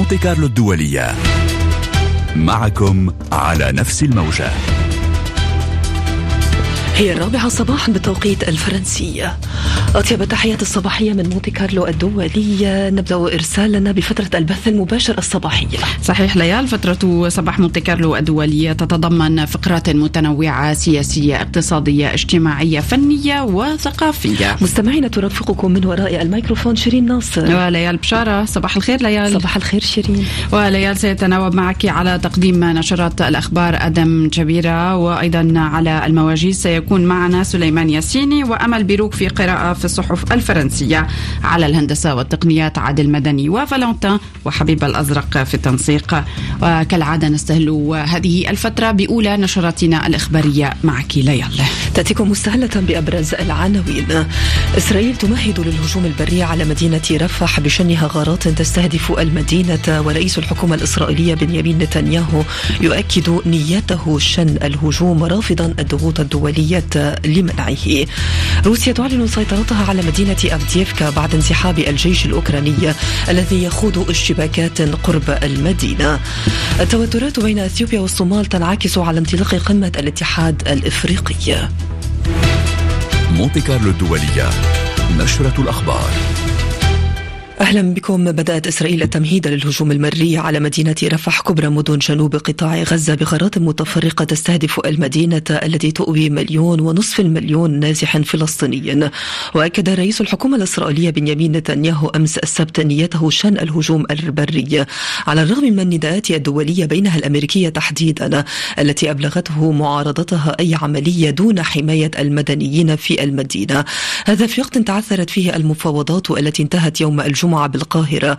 مونتي كارلو الدولية، معكم على نفس الموجة. هي 4 صباحا بالتوقيت الفرنسي. أطيب التحيات الصباحية من مونتي كارلو الدولية. نبدأ إرسالنا بفترة البث المباشر الصباحية. صحيح ليال، فترة صباح مونتي كارلو الدولية تتضمن فقرات متنوعة سياسية، اقتصادية، اجتماعية، فنية وثقافية. مستمعين، ترافقكم من وراء الميكروفون شيرين ناصر وليال بشارة. صباح الخير ليال. صباح الخير شيرين. وليال سيتناوب معك على تقديم نشرات الأخبار أدم جبيرة، وأيضا على المواجيز سيكون معنا سليمان ياسيني وأمل بيروك في قراءة في الصحف الفرنسية. على الهندسة والتقنيات عادل مدني وفالنتين وحبيب الأزرق في التنسيق. وكالعادة نستهل هذه الفترة بأولى نشراتنا الإخبارية معك ليال. تأتيكم مستهلة بأبرز العناوين. إسرائيل تمهد للهجوم البري على مدينة رفح بشنها غارات تستهدف المدينة، ورئيس الحكومة الإسرائيلية بنيامين نتنياهو يؤكد نيته شن الهجوم رافضا الضغوط الدولية لمنعه. روسيا تعلن سيطرتها على مدينة أفديفكا بعد انسحاب الجيش الأوكراني الذي يخوض اشتباكات قرب المدينة. التوترات بين أثيوبيا والصومال تنعكس على انطلاق قمة الاتحاد الإفريقي. مونتي كارلو الدولية، نشرة الأخبار. أهلا بكم. بدأت إسرائيل التمهيد للهجوم المري على مدينة رفح كبرى مدن جنوب قطاع غزة بغارات متفرقة تستهدف المدينة التي تؤوي 1.5 مليون نازح فلسطيني. وأكد رئيس الحكومة الإسرائيلية بنيامين نتنياهو أمس السبت نيته شن الهجوم البري على الرغم من النداءات الدولية بينها الأمريكية تحديدا التي أبلغته معارضتها أي عملية دون حماية المدنيين في المدينة. هذا في وقت تعثرت فيه المفاوضات التي انتهت يوم الجمعة بالقاهرة.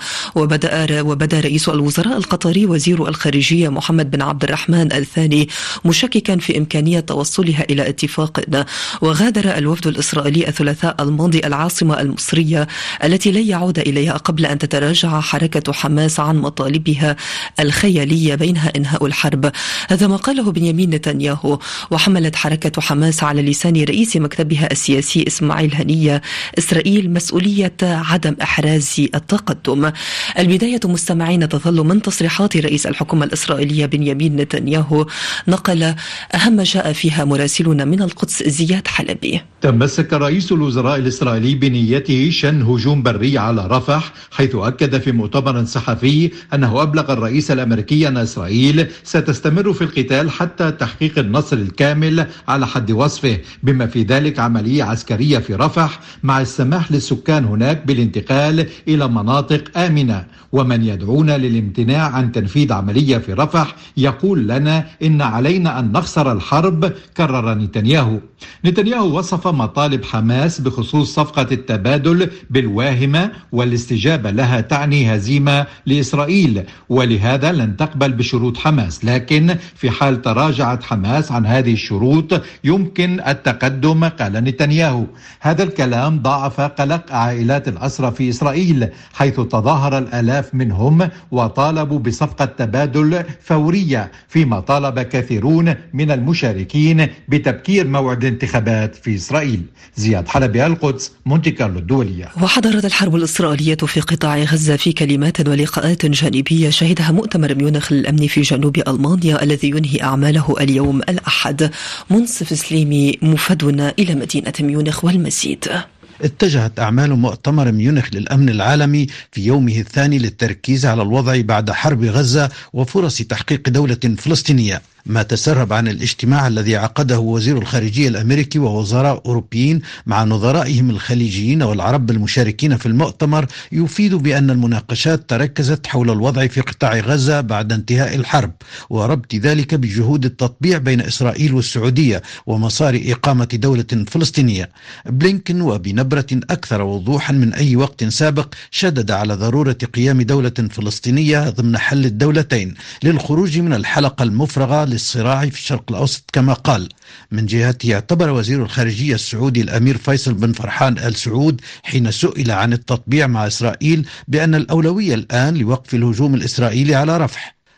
وبدأ رئيس الوزراء القطري وزير الخارجية محمد بن عبد الرحمن الثاني مشككا في إمكانية توصلها إلى اتفاق. وغادر الوفد الإسرائيلي الثلاثاء الماضي العاصمة المصرية التي لن يعود إليها قبل أن تتراجع حركة حماس عن مطالبها الخيالية بينها إنهاء الحرب. هذا ما قاله بنيامين نتنياهو. وحملت حركة حماس على لسان رئيس مكتبها السياسي إسماعيل هنية إسرائيل مسؤولية عدم إحراز التقدم. البداية مستمعين تظل من تصريحات رئيس الحكومة الإسرائيلية بنيامين نتنياهو، نقل أهم ما جاء فيها مراسلنا من القدس زياد حلبي. تمسك رئيس الوزراء الإسرائيلي بنيته شن هجوم بري على رفح، حيث أكد في مؤتمر صحفي أنه أبلغ الرئيس الأمريكي أن إسرائيل ستستمر في القتال حتى تحقيق النصر الكامل على حد وصفه، بما في ذلك عملية عسكرية في رفح مع السماح للسكان هناك بالانتقال إلى مناطق آمنة. ومن يدعونا للامتناع عن تنفيذ عملية في رفح يقول لنا إن علينا أن نخسر الحرب، كرر نتنياهو. نتنياهو وصف مطالب حماس بخصوص صفقة التبادل بالواهمة، والاستجابة لها تعني هزيمة لإسرائيل، ولهذا لن تقبل بشروط حماس. لكن في حال تراجعت حماس عن هذه الشروط يمكن التقدم، قال نتنياهو. هذا الكلام ضاعف قلق عائلات الأسرى في إسرائيل، حيث تظاهر الآلاف منهم وطالبوا بصفقة تبادل فورية، فيما طالب كثيرون من المشاركين بتبكير موعد الانتخابات في إسرائيل. زياد حلبي، القدس، مونتي كارلو الدولية. وحضرت الحرب الإسرائيلية في قطاع غزة في كلمات ولقاءات جانبية شهدها مؤتمر ميونخ للأمن في جنوب ألمانيا الذي ينهي أعماله اليوم الأحد. منصف سليمي مفدنا إلى مدينة ميونخ والمزيد. اتجهت أعمال مؤتمر ميونخ للأمن العالمي في يومه الثاني للتركيز على الوضع بعد حرب غزة وفرص تحقيق دولة فلسطينية. ما تسرب عن الاجتماع الذي عقده وزير الخارجية الأمريكي ووزراء أوروبيين مع نظرائهم الخليجيين والعرب المشاركين في المؤتمر يفيد بأن المناقشات تركزت حول الوضع في قطاع غزة بعد انتهاء الحرب، وربط ذلك بجهود التطبيع بين إسرائيل والسعودية ومسار إقامة دولة فلسطينية. بلينكن وبنبرة أكثر وضوحا من أي وقت سابق شدد على ضرورة قيام دولة فلسطينية ضمن حل الدولتين للخروج من الحلقة المفرغة للصراع في الشرق الأوسط كما قال. من جهته اعتبر وزير الخارجية السعودي الأمير فيصل بن فرحان آل سعود حين سئل عن التطبيع مع إسرائيل بأن الأولوية الآن لوقف الهجوم الإسرائيلي على رفح.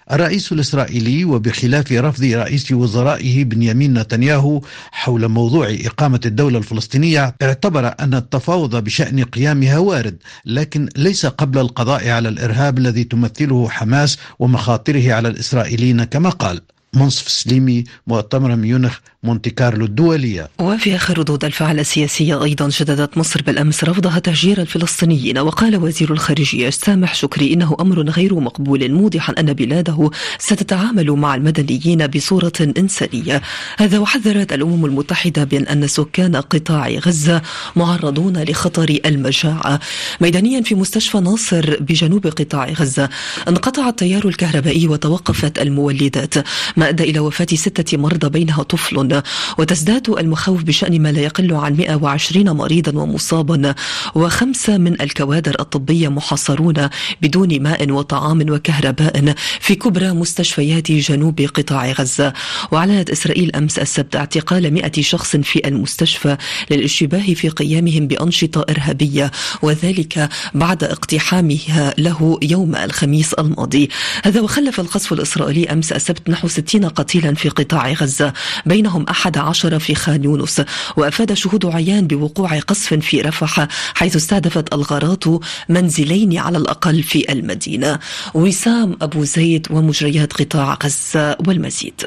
الرئيس الإسرائيلي وبخلاف رفض رئيس وزرائه بنيامين نتنياهو حول موضوع إقامة الدولة الفلسطينية، اعتبر أن التفاوض بشأن قيامها وارد، لكن ليس قبل القضاء على الإرهاب الذي تمثله حماس ومخاطره على الإسرائيليين كما قال. منصف سليمي، مؤتمر ميونخ، مونتي كارلو الدولية. وفي آخر ردود الفعل السياسية أيضا شددت مصر بالأمس رفضها تهجير الفلسطينيين، وقال وزير الخارجية سامح شكري إنه أمر غير مقبول، موضحا أن بلاده ستتعامل مع المدنيين بصورة إنسانية. هذا وحذرت الأمم المتحدة بأن سكان قطاع غزة معرضون لخطر المجاعة. ميدانيا في مستشفى ناصر بجنوب قطاع غزة انقطع التيار الكهربائي وتوقفت المولدات، ما أدى إلى وفاة 6 مرضى بينها طفل، وتزداد المخاوف بشأن ما لا يقل عن 120 مريضا ومصابا، و5 من الكوادر الطبية محاصرون بدون ماء وطعام وكهرباء في كبرى مستشفيات جنوب قطاع غزة. وأعلنت إسرائيل أمس السبت اعتقال 100 شخص في المستشفى للاشتباه في قيامهم بأنشطة إرهابية، وذلك بعد اقتحامها له يوم الخميس الماضي. هذا وخلف القصف الإسرائيلي أمس السبت نحو 60 قتيلا في قطاع غزة، بينهم 11 في خان يونس. وأفاد شهود عيان بوقوع قصف في رفح، حيث استهدفت الغارات منزلين على الأقل في المدينة. وسام أبو زيد ومجريات قطاع غزة والمزيد.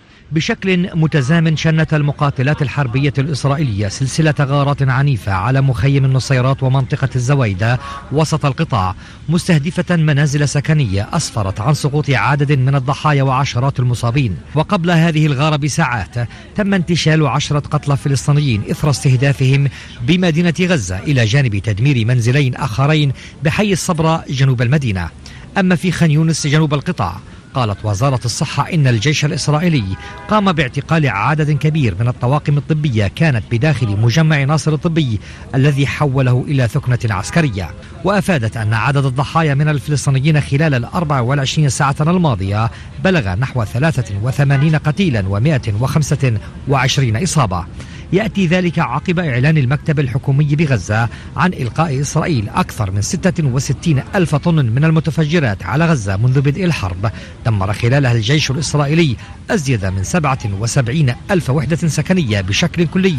بشكل متزامن شنت المقاتلات الحربية الإسرائيلية سلسلة غارات عنيفة على مخيم النصيرات ومنطقة الزويدة وسط القطاع، مستهدفة منازل سكنية أسفرت عن سقوط عدد من الضحايا وعشرات المصابين. وقبل هذه الغارة بساعات تم انتشال 10 قتلى فلسطينيين إثر استهدافهم بمدينة غزة، إلى جانب تدمير منزلين آخرين بحي الصبرة جنوب المدينة. أما في خان يونس جنوب القطاع، قالت وزارة الصحة إن الجيش الإسرائيلي قام باعتقال عدد كبير من الطواقم الطبية كانت بداخل مجمع ناصر الطبي الذي حوله إلى ثكنة عسكرية. وأفادت أن عدد الضحايا من الفلسطينيين خلال 24 ساعة الماضية بلغ نحو 83 قتيلا و125 إصابة. يأتي ذلك عقب إعلان المكتب الحكومي بغزة عن إلقاء إسرائيل أكثر من 66 ألف طن من المتفجرات على غزة منذ بدء الحرب، دمر خلالها الجيش الإسرائيلي أزيد من 77 ألف وحدة سكنية بشكل كلي،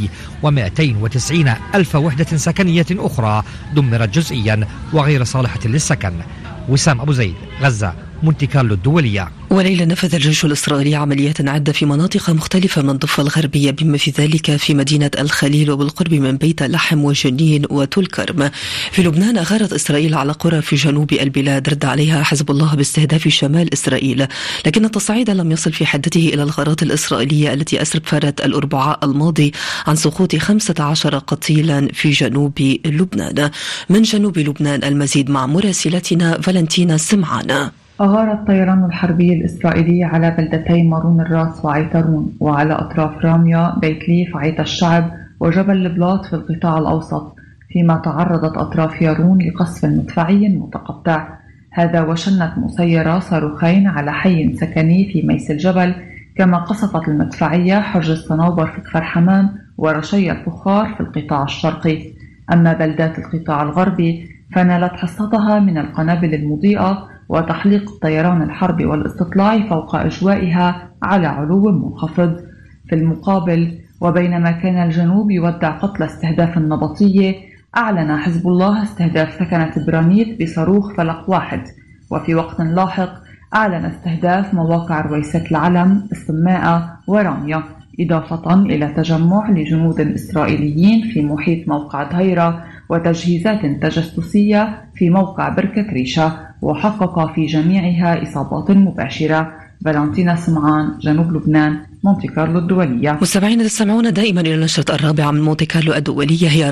و290 ألف وحدة سكنية أخرى دمرت جزئيا وغير صالحة للسكن. وسام أبو زيد، غزة، مونتي كارلو الدولية. وليلة نفذ الجيش الإسرائيلي عمليات عدة في مناطق مختلفة من الضفة الغربية، بما في ذلك في مدينة الخليل وبالقرب من بيت لحم وجنين وتل كرم. في لبنان أغارت إسرائيل على قرى في جنوب البلاد رد عليها حزب الله باستهداف شمال إسرائيل، لكن التصعيد لم يصل في حدته إلى الغارات الإسرائيلية التي أسفرت الأربعاء الماضي عن سقوط 15 قتيلا في جنوب لبنان. من جنوب لبنان المزيد مع مراسلتنا فالنتينا سمعان. أغار الطيران الحربي الإسرائيلي على بلدتي مارون الراس وعيترون، وعلى أطراف راميا، بيت ليف، عيت الشعب، وجبل البلاط في القطاع الأوسط، فيما تعرضت أطراف يارون لقصف مدفعي متقطع. هذا وشنت مسيرة صاروخين على حي سكني في ميس الجبل، كما قصفت المدفعية حج الصنوبر في كفر حمام ورشي الفخار في القطاع الشرقي. أما بلدات القطاع الغربي فنالت حصتها من القنابل المضيئة وتحليق الطيران الحربي والاستطلاع فوق أجوائها على علو منخفض. في المقابل، وبينما كان الجنوب يودع قتل استهداف النبطية، أعلن حزب الله استهداف سكنة برانيت بصاروخ فلق 1، وفي وقت لاحق أعلن استهداف مواقع رويسة العلم، السماءة وراميا، إضافة إلى تجمع لجنود إسرائيليين في محيط موقع دهيرة وتجهيزات تجسسية في موقع بركة ريشة، وحقق في جميعها إصابات مباشرة. فالنتينا سمعان، جنوب لبنان، مونتي كارلو الدولية. مستمعين تستمعون دائما إلى النشرة الرابعة من مونتي كارلو الدولية، هي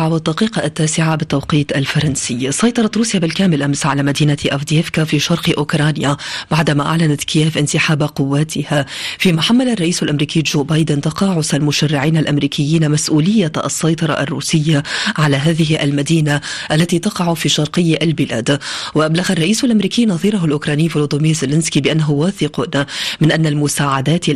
4:09 بالتوقيت الفرنسي. سيطرت روسيا بالكامل أمس على مدينة أفديفكا في شرق أوكرانيا بعدما أعلنت كييف انسحاب قواتها، فيما حمل الرئيس الأمريكي جو بايدن تقاعس المشرعين الأمريكيين مسؤولية السيطرة الروسية على هذه المدينة التي تقع في شرقي البلاد. وأبلغ الرئيس الأمريكي نظيره الأوكراني فولودومير زيلينسكي بأنه واثق من أن المساعدات الأمريكية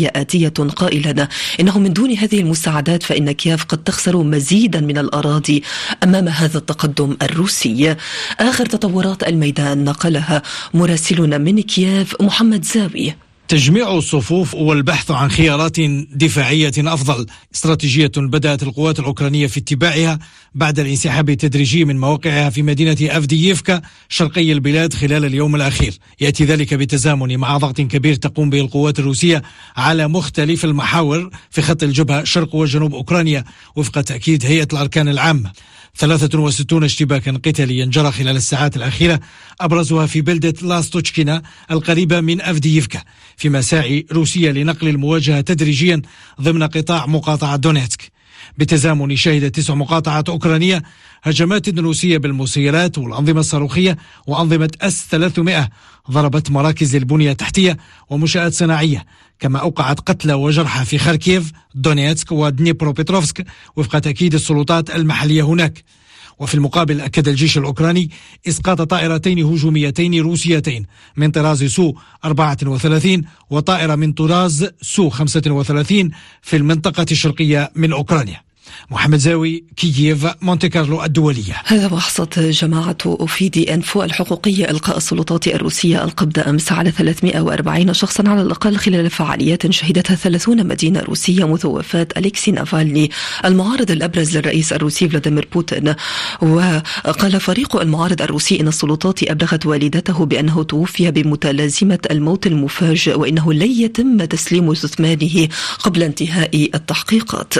الروسية آتية قائلا إنه من دون هذه المساعدات فإن كييف قد تخسر مزيدا من الأراضي أمام هذا التقدم الروسي. آخر تطورات الميدان نقلها مراسلنا من كييف محمد زاوي. تجميع الصفوف والبحث عن خيارات دفاعية أفضل، استراتيجية بدأت القوات الأوكرانية في اتباعها بعد الانسحاب التدريجي من مواقعها في مدينة أفدييفكا شرقي البلاد خلال اليوم الأخير. يأتي ذلك بالتزامن مع ضغط كبير تقوم به القوات الروسية على مختلف المحاور في خط الجبهة شرق وجنوب أوكرانيا وفق تأكيد هيئة الأركان العامة. 63 اشتباكا قتاليا جرى خلال الساعات الأخيرة، أبرزها في بلدة لاستوتشكينا القريبة من أفدييفكا، في مساعي روسيا لنقل المواجهة تدريجيا ضمن قطاع مقاطعة دونيتسك. بالتزامن شهدت 9 مقاطعات أوكرانية هجمات روسية بالمسيرات والأنظمة الصاروخية وأنظمة S-300 ضربت مراكز البنية التحتية ومنشآت صناعية، كما أوقعت قتلى وجرحى في خاركيف، دونيتسك ودنيبروبيتروفسك وفق تأكيد السلطات المحلية هناك. وفي المقابل أكد الجيش الأوكراني إسقاط طائرتين هجوميتين روسيتين من طراز سو 34 وطائرة من طراز سو 35 في المنطقة الشرقية من أوكرانيا. محمد زاوي، كييف، مونتي كارلو الدولية. هذا وحصت جماعة أوفيدي أنفو الحقوقية إلقاء السلطات الروسية القبض أمس على 340 شخصا على الأقل خلال فعاليات شهدتها 30 مدينة روسية منذ وفاة أليكسي نافالني المعارض الأبرز للرئيس الروسي فلاديمير بوتين. وقال فريق المعارض الروسي إن السلطات أبلغت والدته بأنه توفي بمتلازمة الموت المفاجئ وإنه لن يتم تسليم جثمانه قبل انتهاء التحقيقات.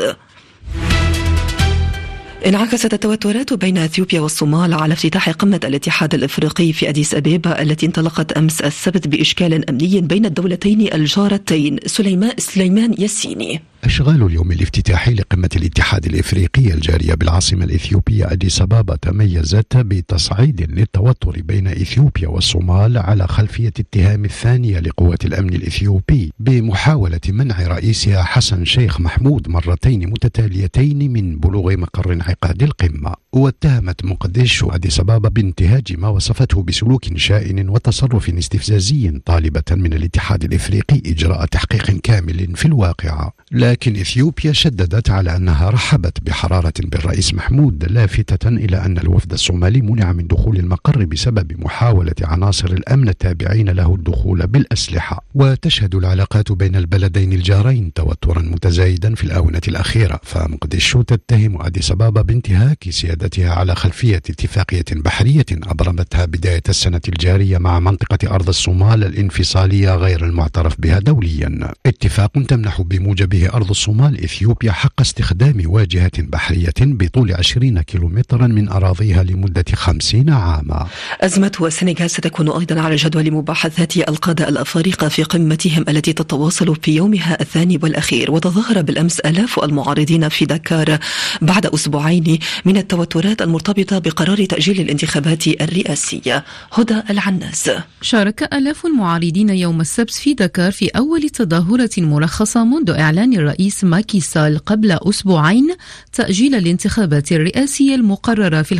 انعكست التوترات بين اثيوبيا والصومال على افتتاح قمة الاتحاد الافريقي في اديس ابيبا التي انطلقت امس السبت باشكال امني بين الدولتين الجارتين. سليمان ياسيني. أشغال اليوم الافتتاحي لقمة الاتحاد الإفريقي الجارية بالعاصمة الإثيوبية أديس أبابا تميزت بتصعيد للتوتر بين إثيوبيا والصومال على خلفية اتهام الثانية لقوات الأمن الإثيوبي بمحاولة منع رئيسها حسن شيخ محمود مرتين متتاليتين من بلوغ مقر انعقاد القمة. واتهمت مقدشو أديس أبابا بانتهاج ما وصفته بسلوك شائن وتصرف استفزازي، طالبة من الاتحاد الإفريقي إجراء تحقيق كامل في الواقعة. لكن إثيوبيا شددت على أنها رحبت بحرارة بالرئيس محمود، لافتة إلى أن الوفد الصومالي منع من دخول المقر بسبب محاولة عناصر الأمن التابعين له الدخول بالأسلحة. وتشهد العلاقات بين البلدين الجارين توترا متزايدا في الآونة الأخيرة، فمقدشو تتهم أديس أبابا بانتهاك سيادتها على خلفية اتفاقية بحرية أبرمتها بداية السنة الجارية مع منطقة أرض الصومال الانفصالية غير المعترف بها دوليا. اتفاق تمنح بموجبه أرض الصومال إثيوبيا حق استخدام واجهة بحرية بطول 20 كيلومترا من أراضيها لمدة 50 عاما. أزمة السنغال ستكون أيضا على جدول مباحثات القادة الأفارقة في قمتهم التي تتواصل في يومها الثاني والأخير. وتظاهر بالأمس آلاف المعارضين في دكار بعد أسبوعين من التوترات المرتبطة بقرار تأجيل الانتخابات الرئاسية. هدى العناس. شارك آلاف المعارضين يوم السبت في دكار في أول تظاهرة مرخصة منذ إعلان الرئيس ماكي سال قبل أسبوعين تأجيل الانتخابات الرئاسية المقررة في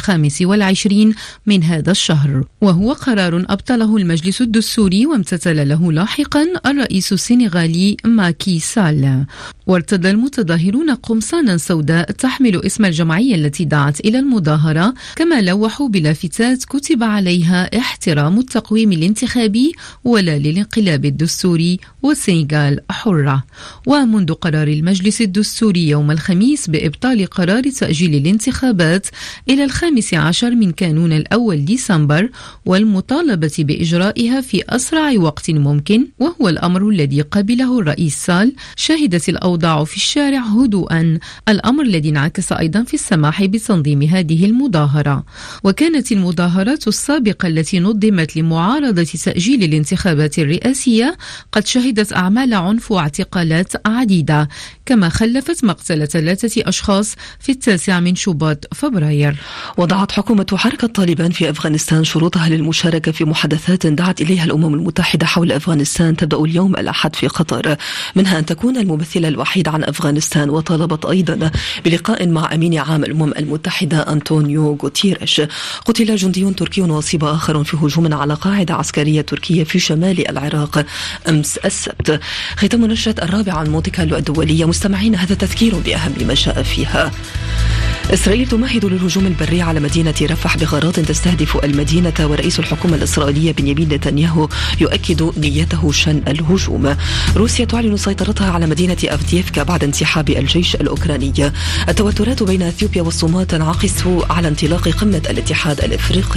25 من هذا الشهر، وهو قرار أبطله المجلس الدستوري وامتثل له لاحقا الرئيس السنغالي ماكي سال. وارتدى المتظاهرون قمصانا سوداء تحمل اسم الجمعية التي دعت إلى المظاهرة، كما لوحوا بلافتات كتب عليها احترام التقويم الانتخابي ولا للانقلاب الدستوري والسنغال حرة. ومنذ قرار المجلس الدستوري يوم الخميس بإبطال قرار تأجيل الانتخابات إلى 15 من كانون الأول ديسمبر والمطالبة بإجرائها في أسرع وقت ممكن، وهو الأمر الذي قبله الرئيس سال، شهدت الأوضاع في الشارع هدوءا، الأمر الذي انعكس أيضا في السماح بتنظيم هذه المظاهرة. وكانت المظاهرات السابقة التي نظمت لمعارضة تأجيل الانتخابات الرئاسية قد شهدت أعمال عنف واعتقالات عديدة. المسلحة، كما خلفت مقتل 3 أشخاص في 9 من شباط فبراير. وضعت حكومة حركة طالبان في أفغانستان شروطها للمشاركة في محادثات دعت إليها الأمم المتحدة حول أفغانستان تبدأ اليوم الأحد في قطر، منها أن تكون الممثل الوحيد عن أفغانستان، وطالبت أيضا بلقاء مع أمين عام الأمم المتحدة أنطونيو غوتيريش. قتل جندي تركي وأصيب آخر في هجوم على قاعدة عسكرية تركية في شمال العراق أمس السبت. ختام نشرة 4 عن مونتي كارلو الدولية. مستمعين، هذا تذكير بأهم ما جاء فيها. إسرائيل تمهد للهجوم البري على مدينة رفح بغارات تستهدف المدينة، ورئيس الحكومة الإسرائيلية بنيامين نتنياهو يؤكد نيته شن الهجوم. روسيا تعلن سيطرتها على مدينة أفدييفكا بعد انسحاب الجيش الأوكراني. التوترات بين أثيوبيا والصومال تنعكس على انطلاق قمة الاتحاد الإفريقي.